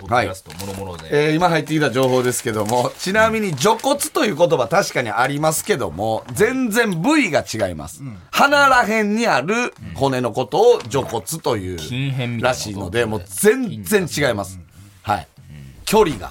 ポッドキャストもろもろで、 今入ってきた情報ですけども、ちなみに除骨という言葉確かにありますけども、全然部位が違います。鼻らへんにある骨のことを除骨という筋片みたいなことらしいので、もう全然違います。はい。距離が。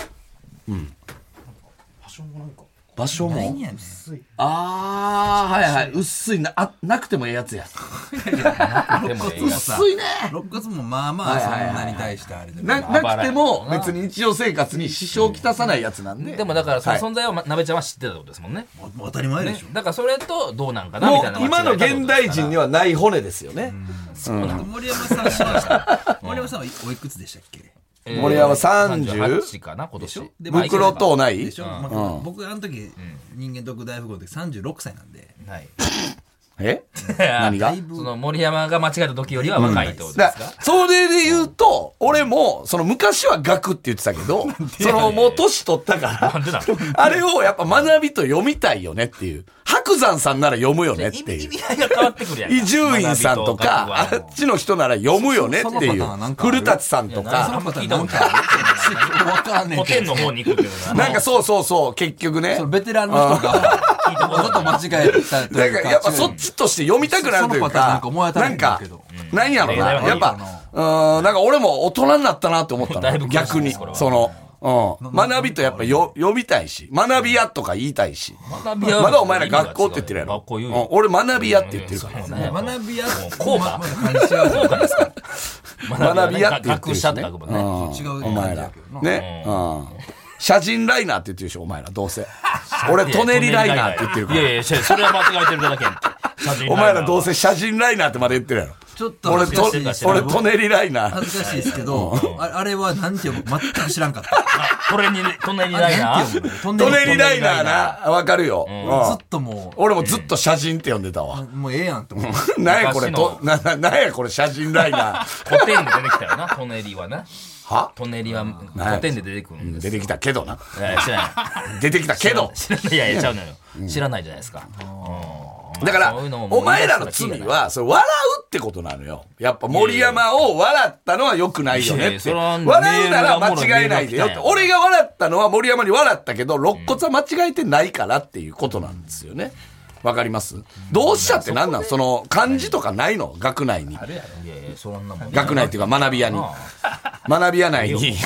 場所もああ、はいはい。薄いな、なくてもええやつや。 でも薄いね。 肋骨もまあまあそんなに対してあれでなくても別に日常生活に支障をきたさないやつなんで。 でもだからその存在をなべちゃんは知ってたってことですもんね。 当たり前でしょ。 だからそれとどうなんかなみもたいな。 う今の現代人にはない骨ですよね。 森山さんしました森山さんはおいくつでしたっけ？ 森山 38かな今年。 袋とないでしょ。僕あの時人間ドック大富豪の時36歳なんで。 はい。 何がその森山が間違えた時よりは若いってことですか？ それで言うと、俺も、その昔は学って言ってたけど、そのもう年取ったから、あれをやっぱ学びと読みたいよねっていう。白山さんなら読むよねっていう。 意味合いが変わってくるやん。 伊集院さんとか、あっちの人なら読むよねっていう。古舘さんとか。 聞いたことある。 わかんねえ古典の方に行くっていうのなんかそう、結局ね。 ベテランの人がわざと間違えたというか、 やっぱそっちとして読みたくなるというか、なんか、なんやろな。やっぱ、なんか俺も大人になったなって思ったの。逆に。学びとやっぱ読みたいし、学び屋とか言いたいし。まだお前ら学校って言ってるやろ。俺学び屋って言ってるから。 学び屋効果効果ですか？ 学び屋って言ってるしね。 違うお前ら。ね。写真ライナーって言ってるでしょ、お前ら、どうせ。俺、トネリライナーって言ってるから。 いや、それは間違えてるだけやん。 お前らどうせ写真ライナーってまで言ってるやろ。 ちょっと俺、トネリライナー。 恥ずかしいですけど、あれはなんて読む全く知らんかった。 トネリライナートネリライナーな。わかるよ。 ずっともう。 俺もずっと写真って呼んでたわ。 もうええやんと思う。 なんやこれ、なんやこれ写真ライナー。 古典で出てきたよな、トネリはな。 はトネリは古典で出てくるんです。 出てきたけどな。 知らない。 出てきたけど。 いや、ちゃうのよ。知らないじゃないですか。 だから、お前らの罪は、それ笑うってことなのよ。やっぱ森山を笑ったのは良くないよねって。笑うなら間違えないでよって。俺が笑ったのは森山に笑ったけど、肋骨は間違えてないからっていうことなんですよね。わかります？どうしたってなんなん？その漢字とかないの？学内に。学内っていうか学び屋に。学び屋内に。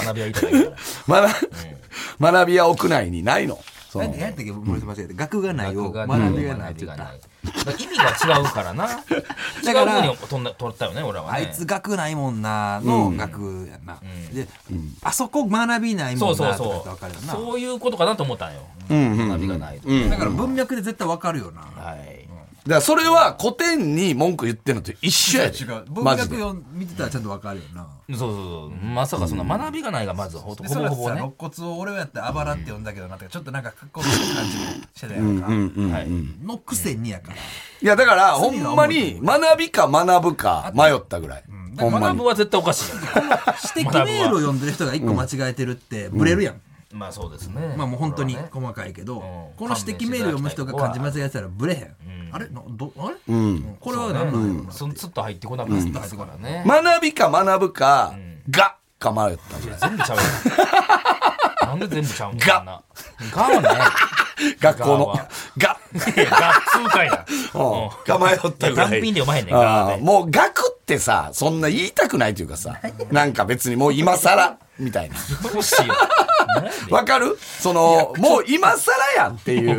学び屋屋内にないの？ 何やったっけ？学がないを学びがないって言った。 意味が違うからな。違う風に取ったよね、俺はね。 あいつ学ないもんなの学やな。で、あそこ学びないもんなとかって分かるよな。 そういうことかなと思ったんよ。学びがないと。 だから文脈で絶対分かるよな。 はい。 だからそれは古典に文句言ってるのと一緒やで。 違う。文脈を見てたらちゃんと分かるよな。 そう。まさかそんな学びがないがまずほぼほぼね。 肋骨を俺はやってあばらって呼んだけどなってちょっとなんかかっこいい感じもしてたやんか。のくせにやから。 いやだからほんまに学びか学ぶか迷ったぐらい。 学ぶは絶対おかしいよ。 指摘メールを読んでる人が一個間違えてるってブレるやん。 まあそうですね。 まあもう本当に細かいけど、この指摘メール読む人が漢字間違えてたらブレへん。あれあれこれは何なんやろ？ スッと入ってこなくなったからね。 学びか学ぶかがか迷ったぐらい。 全部ちゃうよ。なんで全部ちゃうんかな。がはね。 学校のが。 が通かいな。 が迷ったぐらい。 単品で読まへんねんか。 もう学ってさ、そんな言いたくないというかさ、なんか別にもう今更みたいな。 どうしよう。 わかる？その、もう今更やんっていう。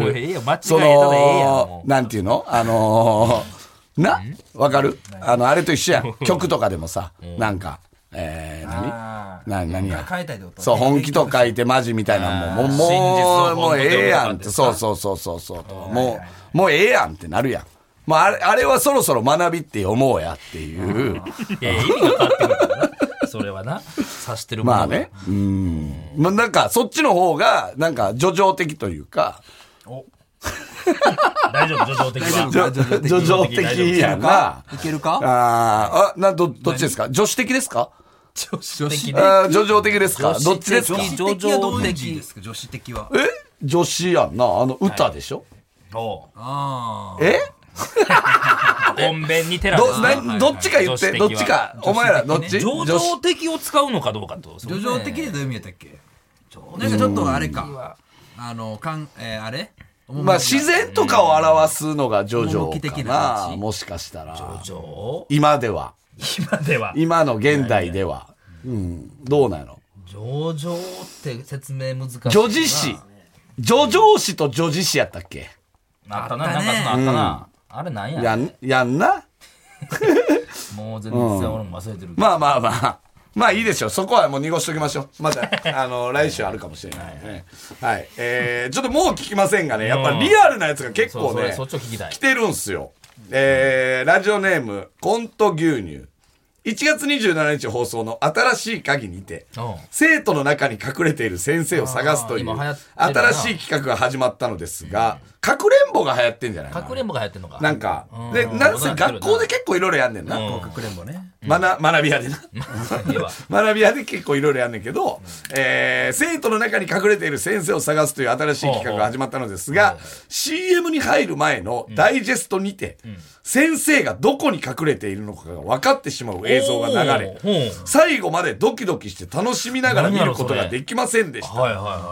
その、なんていうの？わかる？あれと一緒やん。曲とかでもさ、なんか、何や。そう、本気と書いてマジみたいなもん。もうええやんって。そう。もうええやんってなるやん。もうあれはそろそろ学びって思うやっていう。 いや、意味が変わってくるからな。それはな。指してるものまあね。まあなんか、そっちの方が、なんか、叙情的というか。 大丈夫、叙情的は。 叙情的やな。 いけるか？ どっちですか？女子的ですか？ 女子的。 叙情的ですか？どっちですか？ 女子的はどういう字ですか？女子的は。 女子やんな。歌でしょ？ 本弁に寺ですね。 どっちか言って、どっちか。お前らどっち？ 情状的を使うのかどうかと。 叙情的でどういう意味やったっけ？なんかちょっとあれか。あれ？ まあ自然とかを表すのが叙情かな。もしかしたら。 叙情？ 今では。今の現代では。どうなの？ 叙情って説明難しいな。 叙事詩。叙情詩と叙事詩やったっけ？ あったな、なんかそのあったな。あれなんや？ やんな？ もう全然俺も忘れてる。 まあいいでしょう。そこはもう濁しときましょう。また、来週あるかもしれないね。はい。ちょっともう聞きませんがね、やっぱリアルなやつが結構ね、来てるんすよ。ラジオネーム、コント牛乳。1月27日放送の新しい鍵にて、生徒の中に隠れている先生を探すという新しい企画が始まったのですが、かくれんぼが流行ってんじゃないかな。 かくれんぼが流行ってんのか。 なんか、で、なんせ学校で結構いろいろやんねんな。 かくれんぼね。 学び屋でな。学び屋で結構いろいろやんねんけど、生徒の中に隠れている先生を探すという新しい企画が始まったのですが、CM に入る前のダイジェストにて、先生がどこに隠れているのかが分かってしまう映像が流れ、最後までドキドキして楽しみながら見ることができませんでした。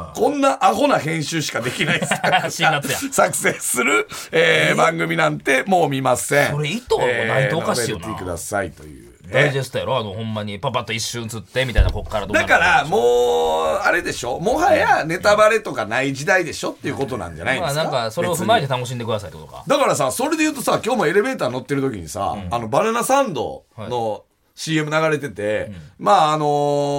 こんなアホな編集しかできない作成する、番組なんてもう見ません。 それ意図はないとおかしいよな。 ノベルティくださいという。 ダイジェストやろ、ほんまにパパッと一瞬映ってみたいな、こっからどうなだからもうあれでしょ、もはやネタバレとかない時代でしょっていうことなんじゃないですか。 なんかそれを踏まえて楽しんでくださいってことか。 だからさ、それで言うとさ、今日もエレベーター乗ってる時にさ、バナナサンドの CM 流れてて、まあ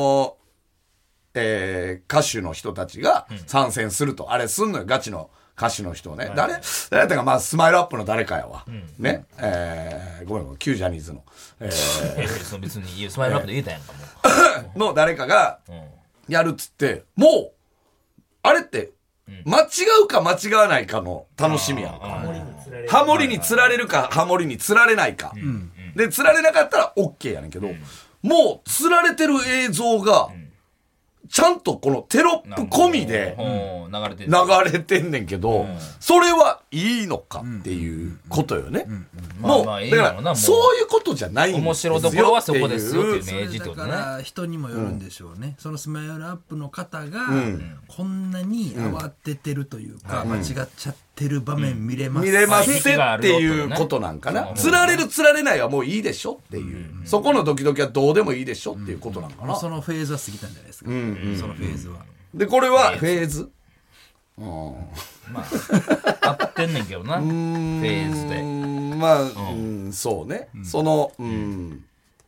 歌手の人たちが参戦すると、あれすんのよ、ガチの歌手の人をね、誰やったか、まあスマイルアップの誰かやわ、ね、ごめん旧ジャニーズの、 別にスマイルアップで言えたやんかもの誰かがやるっつって、もうあれって間違うか間違わないかの楽しみやんか。ハモリに釣られるかハモリに釣られないか、で釣られなかったら OK やねんけど、もう釣られてる映像がちゃんとこのテロップ込みで流れてんねんけど、それはいいのかっていうことよね。もうだからそういうことじゃないんですよ。 面白どころはそこですよっていう明示ってことね。 だから人にもよるんでしょうね。そのスマイルアップの方がこんなに慌ててるというか、間違っちゃってる場面見れますっていうことなんかな。釣られる釣られないはもういいでしょっていう、そこのドキドキはどうでもいいでしょっていうことなんかな。 そのフェーズは過ぎたんじゃないですか。そのフェーズは。 でこれはフェーズ、 まあ合ってんねんけどな、フェーズで。 まあそうね、そのフェ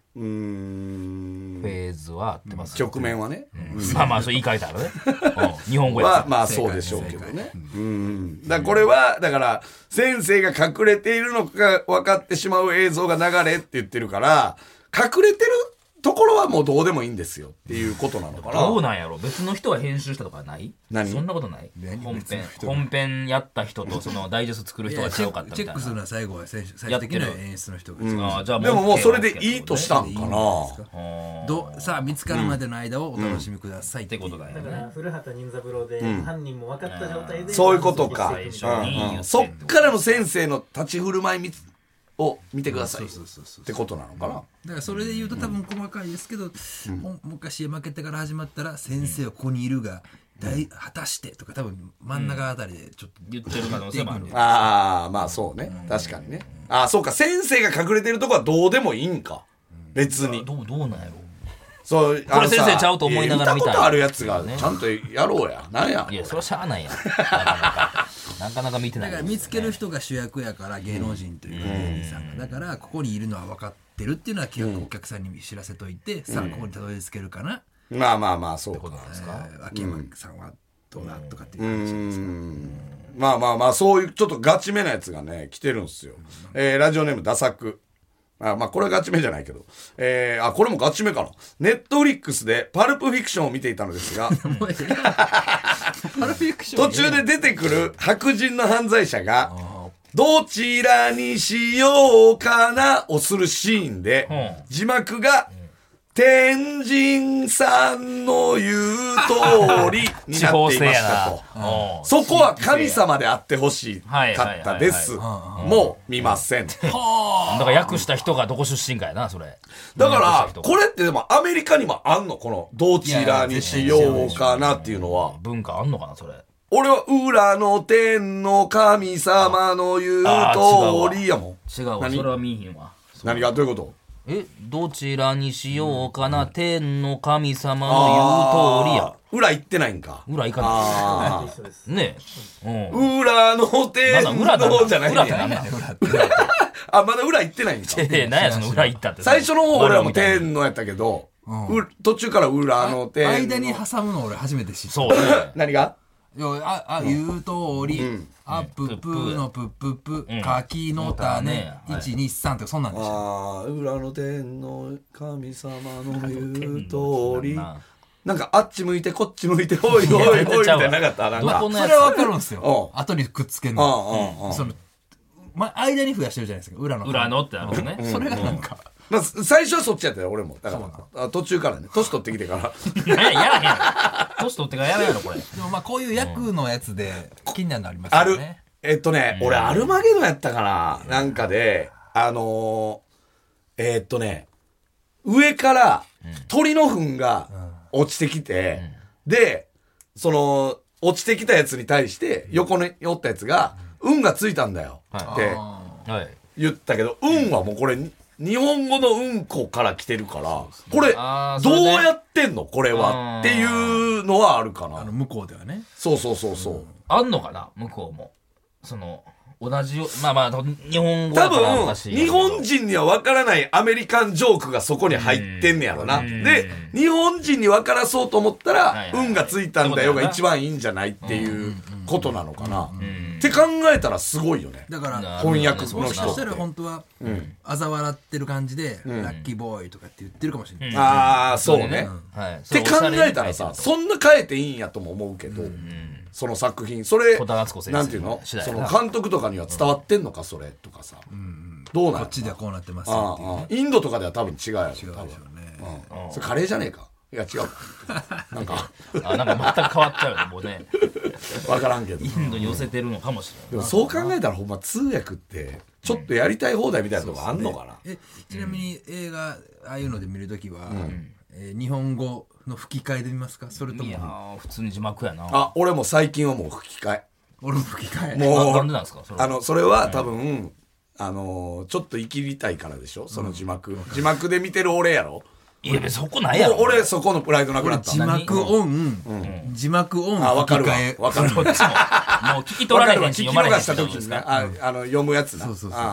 ーズは合ってます。 局面はね、 まあそう言い換えたらね、日本語やはまあそうでしょうけどね。だからこれはだから先生が隠れているのか分かってしまう映像が流れって言ってるから、隠れてるところはもうどうでもいいんですよっていうことなのかな。 どうなんやろ、別の人が編集したとかない？そんなことない？本編やった人とそのダイジェスト作る人が違うかったみたいな。 チェックするのは最後は最終的な演出の人が、 でももうそれでいいとしたんかな。 さあ見つかるまでの間をお楽しみくださいってことだよね。 だから古畑任三郎で犯人も分かった状態で、 そういうことか。そっからの先生の立ち振る舞いを見てくださいってことなのかな。だからそれで言うと多分細かいですけど、昔負けてから始まったら先生はここにいるが果たしてとか多分真ん中あたりでちょっと言ってる可能性もある。 ああまあそうね、確かにね。ああそうか、先生が隠れてるとこはどうでもいいんか別に。 どうなんやろ。 そうこれ先生ちゃうと思いながら見たことあるやつがちゃんとやろうや。なんや。 いやそれはしゃあないやん。なかなか見てない。 だから見つける人が主役やから、芸能人というか芸人さんが、だからここにいるのは分かってるっていうのはお客さんに知らせといて、さあここにたどり着けるかな。 まあそうか。 秋山さんはどうだとかっていう話ですか。まあそういうちょっとガチめなやつがね来てるんですよ。ラジオネームダサク。まあこれはガチめじゃないけど、これもガチめかな。ネットフリックスでパルプフィクションを見ていたのですが途中で出てくる白人の犯罪者がどちらにしようかなをするシーンで字幕が天神さんの言う通りになっていましたと。そこは神様であってほしかったです。もう見ません。だから訳した人がどこ出身かやな、それ。 だから、これってでもアメリカにもあんの？この、どちらにしようかなっていうのは。 文化あんのかな、それ。 俺は裏の天の神様の言う通りやもん。 違うわ、それは見えへんわ。 何がどういうこと？ どちらにしようかな、天の神様の言う通りや。 裏行ってないんか。 裏行かないねえ。裏の天のじゃないんや。 裏って何やねん。 あ、まだ裏行ってないんか。 何やその裏行ったって。 最初の方俺はもう天のやったけど、途中から裏の天の。 間に挟むの俺初めて知った。 そう。 何が？ 言う通り、あ、ぷっぷのぷっぷっぷ、柿の種、1、2、3ってそんなんでした。 裏の天の神様の言う通り。なんかあっち向いてこっち向いておいおいおいみたいななかった？なんか。 それはわかるんですよ。後にくっつけるの。その、間に増やしてるじゃないですか、裏の。 裏のってあるね。 それがなんか。 最初はそっちやったよ、俺も。だから、途中からね、年取ってきてから。 やらへん。年取ってからやらへんの、これ。でもこういう役のやつで気になるのありますよね。 俺、アルマゲドンやったかななんかで、上から鳥の糞が落ちてきて、で、その、落ちてきたやつに対して、横におったやつが、運がついたんだよって言ったけど、運はもうこれ、日本語のうんこから来てるから、これ、どうやってんのこれは。っていうのはあるかな。 向こうではね。 そう。 あんのかな向こうも。その、同じよ、日本語多分、日本人には分からないアメリカンジョークがそこに入ってんねやろな。で、日本人に分からそうと思ったら、運がついたんだよが一番いいんじゃないっていうことなのかな。って考えたらすごいよね。 だから、 翻訳の人って。 そしたら本当は、嘲笑ってる感じで、ラッキーボーイとかって言ってるかもしれない。 ああ、そうね。って考えたらさ、そんな変えていいんやとも思うけど、その作品、それ、なんていうの？その監督とかには伝わってんのか、それとかさ。どうなん？ こっちではこうなってますよインドとかでは多分違うやろ。違うでしょうね。 それカレーじゃねえか。いや違う。なんか全く変わっちゃうよね、もうね。 わからんけど。 インドに寄せてるのかもしれない。 でもそう考えたらほんま通訳ってちょっとやりたい放題みたいなとこあんのかな。 ちなみに映画ああいうので見るときは日本語の吹き替えで見ますか？それとも。 いや普通に字幕やな。 あ、俺も最近はもう吹き替え。 俺も吹き替え。 もうなんでなんですか？ それは多分ちょっと生きりたいからでしょ。その字幕で見てる俺やろ。 いやそこないやろ。 俺そこのプライドなくなった。 字幕オン吹き替え。 わかる。 もう聞き取られへんし読まれへんし。 聞き逃した時にね、読むやつな。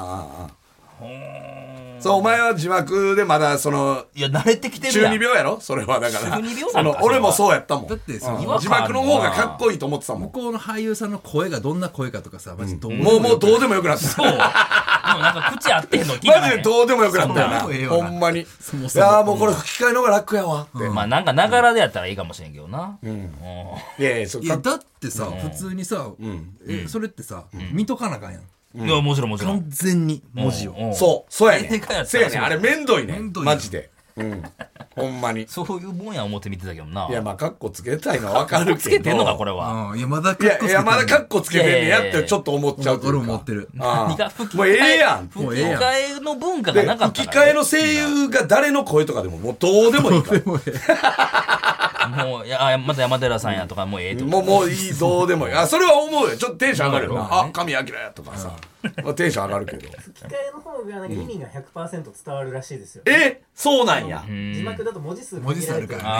そう、お前は字幕でまだその、 いや、慣れてきてる中二病やろそれはだから。 中二病なんか俺もそうやったもん。 だって字幕の方がかっこいいと思ってたもん。 向こうの俳優さんの声がどんな声かとかさ、マジもうどうでもよくなった。 そう。もうなんか口合ってんの聞いマジでどうでもよくなったよな。ほんまに。いやもうこれ吹き替えの方が楽やわって。 なんかながらでやったらいいかもしれんけどな。 いや、 だってさ、普通にさ、それってさ、見とかなあかんやん。 いや、もちろん。 完全に文字を。 そうやね。そうやね。あれめんどいね。マジで。ほんまに。 そういうもんや思って見てたけどな。 いや、カッコつけたいのはわかるけど。 つけてんのか、これは。 いや、まだカッコつけてんねやってちょっと思っちゃうというか。 俺も思ってる。 何が吹き替え。 もうええやん。 吹き替えの文化がなかった。 吹き替えの声優が誰の声とかでももうどうでもいいから。 もう、また山寺さんやとか、もうええとか。 もういい、どうでもいい。それは思うよ。ちょっとテンション上がるよな。あ、神明やとかさ。テンション上がるけど。 吹き替えの方がなんか意味が 100% 伝わるらしいですよ。 そうなんや。 字幕だと文字数あるからね。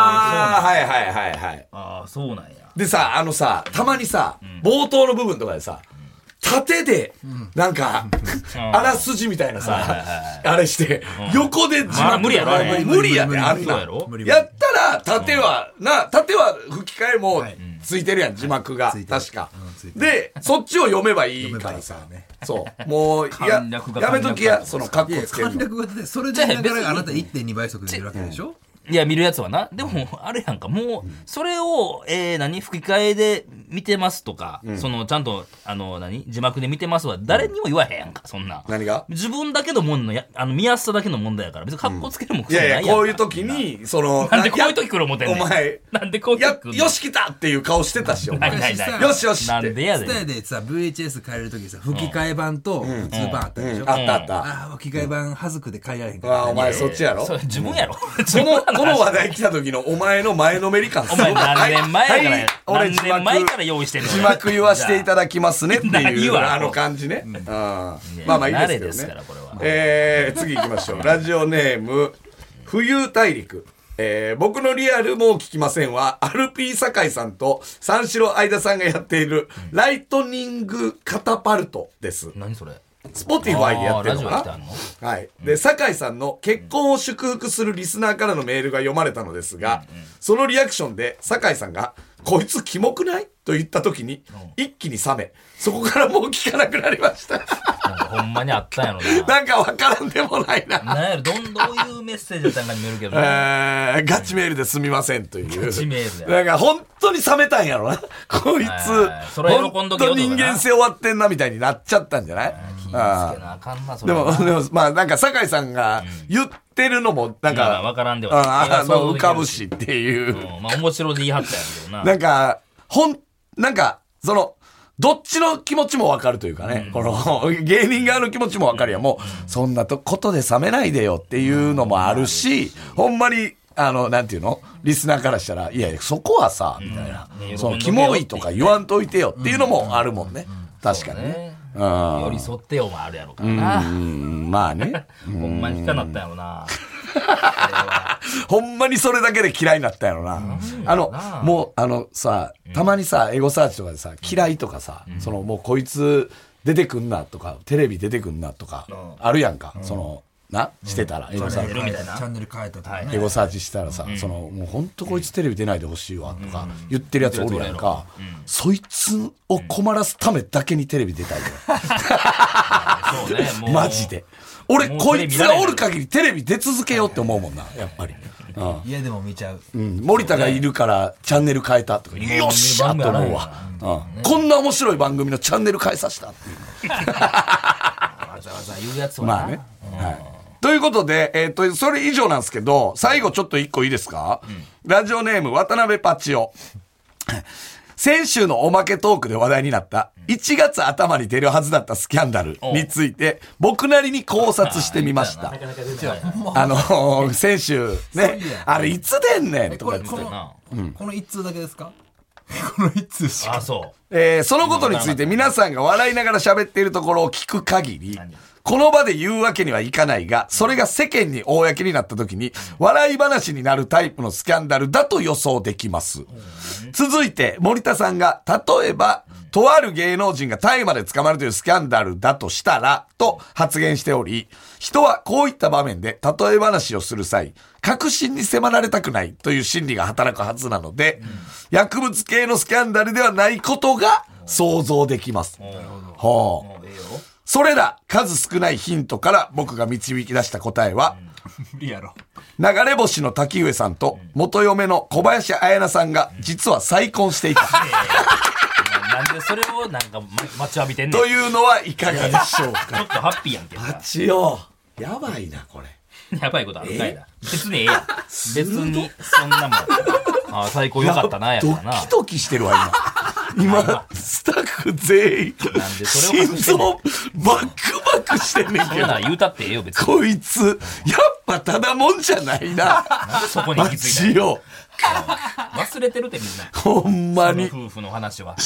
はい。 ああ、そうなんや。 でさ、たまにさ、冒頭の部分とかでさ、縦で、なんか、あらすじみたいなさ、あれして、横で字幕。 無理やろ、 無理やね、あんな。やったら、縦は吹き替えもついてるやん、字幕が。確か。で、そっちを読めばいいからさ。そう。もう、やめときや、そのカッコつける。 簡略がそれでだからあなた 1.2 倍速で見るわけでしょ？ いや、見るやつはな。でも、あれやんか、もう、それを、吹き替えで見てますとか、そのちゃんと字幕で見てますは誰にも言わへんやんか、そんな。 何が自分だけのもんの見やすさだけの問題やから、別に格好つけるもクソないやんか。 いやいや、こういう時になんでこういう時来る思てんねん。 お前なんでこういう時来るよし来たっていう顔してたし、お前ないよしよしなんでやでスタイでさ VHS 変える時さ吹き替え版と普通版あったでしょ、 あったあった。 あ吹き替え版はずくで変えられへんから、 お前そっちやろ。 それ自分やろ。 この話題来た時のお前の前のめり感お前何年前からや、 俺何年前から用意してんの。 字幕言わしていただきますねっていう何感じね。まあまあいいですけどね。 慣れですからこれは。 次行きましょう。ラジオネーム冬大陸。僕のリアルも聞きませんは、アルピー酒井さんと三四郎相田さんがやっているライトニングカタパルトです。 何それ。 スポティファイでやってるのかな。はい。で、酒井さんの結婚を祝福するリスナーからのメールが読まれたのですが、そのリアクションで酒井さんが、こいつキモくないと言った時に、一気に冷め、そこからもう聞かなくなりました。 なんかほんまにあったんやろな。 なんかわからんでもないな。 なんやろ、どういうメッセージだったんかに見えるけどね。 ガチメールですみませんという。 ガチメールや。 なんか本当に冷めたんやろな。こいつ、 それ喜んどけよ本当人間性終わってんなみたいになっちゃったんじゃない気ぃつけなあかんな、それでも、まあなんか酒井さんが言ってるのも、なんか、 わからんではない。 浮かぶしっていう。 まあ面白で言い張ったんやけどな。 なんか、なんか、どっちの気持ちもわかるというかね、この芸人側の気持ちもわかるやん。もう、そんなことで冷めないでよっていうのもあるし、ほんまに、なんていうのリスナーからしたら、いやいや、そこはさ、みたいな。キモいとか言わんといてよっていうのもあるもんね。確かにね。 寄り添ってよもあるやろからな。 まあね。 ほんまに聞かなったんやろな。 ほんまにそれだけで嫌いになったんやろな。もう、さ、たまにさ、エゴサーチとかでさ、嫌いとかさ、もうこいつ出てくんなとか、テレビ出てくんなとか、あるやんか。してたら、エゴサーチ。 チャンネル変えたとかね。 エゴサーチしたらさ、もうほんとこいつテレビ出ないでほしいわとか言ってるやつおるやんか。そいつを困らすためだけにテレビ出たいよ。マジで。俺、こいつがおる限りテレビ出続けようって思うもんな、やっぱり。 いやでも見ちゃう。 森田がいるからチャンネル変えたとか、よっしゃと思うわ。こんな面白い番組のチャンネル変えさせたっていう。 わざわざ言うやつはまあね。ということで、それ以上なんですけど、最後ちょっと一個いいですか？ラジオネーム渡辺パチオ。先週のおまけトークで話題になった1月頭に出るはずだったスキャンダルについて僕なりに考察してみました。先週ね、あれいつ出んねんとか言ってこの一通だけですか？この一通しか。 そう。 そのことについて皆さんが笑いながら喋っているところを聞く限り、この場で言うわけにはいかないが、それが世間に公になった時に、笑い話になるタイプのスキャンダルだと予想できます。続いて、森田さんが、例えば、とある芸能人が大麻で捕まるというスキャンダルだとしたら、と発言しており、人はこういった場面で例え話をする際、確信に迫られたくないという心理が働くはずなので、薬物系のスキャンダルではないことが想像できます。それら数少ないヒントから僕が導き出した答えは、 流れ星の滝上さんと元嫁の小林彩菜さんが実は再婚していた。 なんでそれをなんか待ちわびてんねん。 というのはいかがでしょうか。 ちょっとハッピーやんけ。 パチオ。やばいな、これ。 やばいことあるかいな。別にええやん。別に、そんなもん。最高よかったな、やからな。 ドキドキしてるわ、今、スタッフ全員、心臓バックバックしてんねんけど。 言うたってええよ、別に。 こいつ、やっぱただもんじゃないな。 なんでそこに行き着いたの？ 忘れてるってみんな。 ほんまに。 夫婦の話は。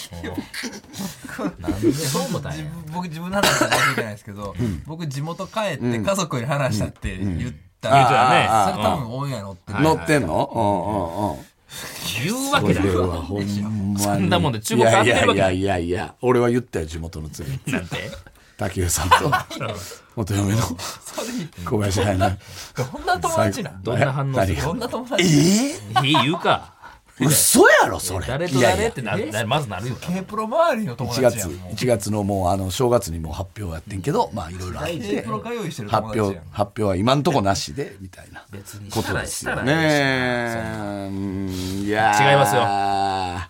なんでそう思ったんや。 僕自分の話は申し訳ないですけど、僕地元帰って家族に話したって言ったら、それ多分オンエア載ってんの？ 言うわけだよ。 ほんまに。 そんなもんで中国あってるわけだ。 いや、俺は言ったよ、地元の連れ。 なんて竹内さんと元嫁の小林彩菜。 どんな友達なん？ どんな反応する？ どんな友達？ 言うか。 嘘やろそれ。 誰と誰ってまずなるよ。 K プロ周りの友達やん。 1月のもう正月にも発表やってんけど、まあいろいろあって、 K プロが用意してる友達やん。 発表は今んとこなしでみたいなことですよね。いや違いますよ。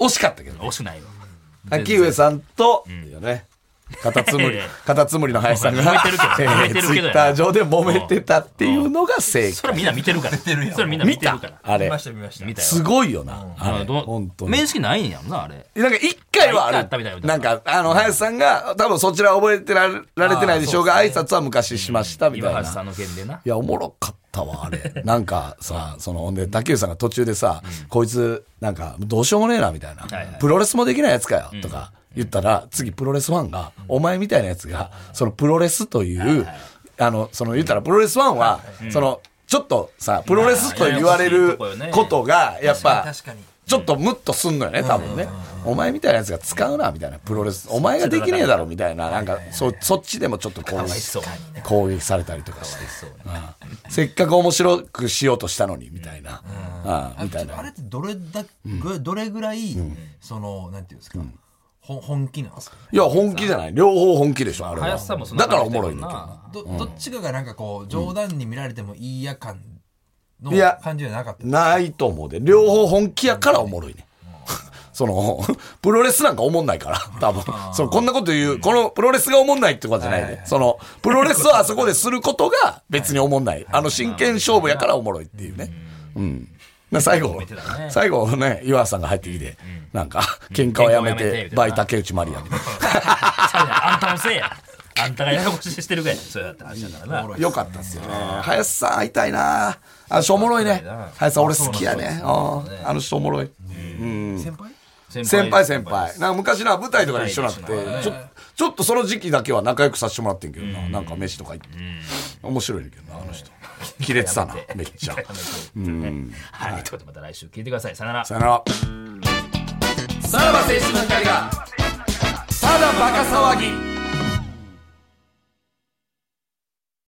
惜しかったけど。 惜しないよ。 秋上さんと、よね。カタツムリの林さんが、ツイッター上で揉めてたっていうのが正解。 それみんな見てるから。それみんな見てるから。 あれ。 見ました。 すごいよな。本当に。 面識ないんやろな、あれ。 なんか一回はある。なんか、林さんが、多分そちら覚えてられてないでしょうが、挨拶は昔しましたみたいな。 岩橋さんの件でな。 いや、おもろかったわ、あれ。なんかさ、ほんで、竹内さんが途中でさ、こいつ、なんか、どうしようもねえな、みたいな。プロレスもできないやつかよ、とか。言ったら、次プロレスファンが、お前みたいなやつが、そのプロレスという、言ったらプロレスファンは、ちょっとさ、プロレスと言われることが、やっぱ、ちょっとムッとすんのよね、多分ね。お前みたいなやつが使うな、みたいな、プロレス。お前ができねえだろ、みたいな、なんか、そっちでもちょっと攻撃されたりとかして。せっかく面白くしようとしたのに、みたいな。みたいな。 あれってどれぐらい、なんていうんですか、本気なんですか？ いや、本気じゃない。両方本気でしょ、あれは。 林さんもそんなだからおもろいねんけど。どっちかがなんかこう、冗談に見られてもいいや感の感じじゃなかった。 ないと思うで。両方本気やからおもろいね。プロレスなんかおもんないから、多分。こんなこと言う、このプロレスがおもんないってことじゃないね。プロレスをあそこですることが別におもんない。真剣勝負やからおもろいっていうね。うん。最後ね、岩橋さんが入ってきて、なんか、喧嘩をやめて、バイ竹内まりやみたいな。 あんたのせいや。あんたがややこしいしてるぐらい。そうやった話だからな。 よかったっすよね。林さん会いたいな。あの人おもろいね。林さん俺好きやね。あの人おもろい。先輩。なんか昔な、舞台とかで一緒になって、ちょっとその時期だけは仲良くさせてもらってんけどな。なんか飯とか行って。面白いねんけどな、あの人。キレてたな、めっちゃ。はい、ということでまた来週聞いてください。さよなら。 さよなら。さらば青春の光が、ただバカ騒ぎ。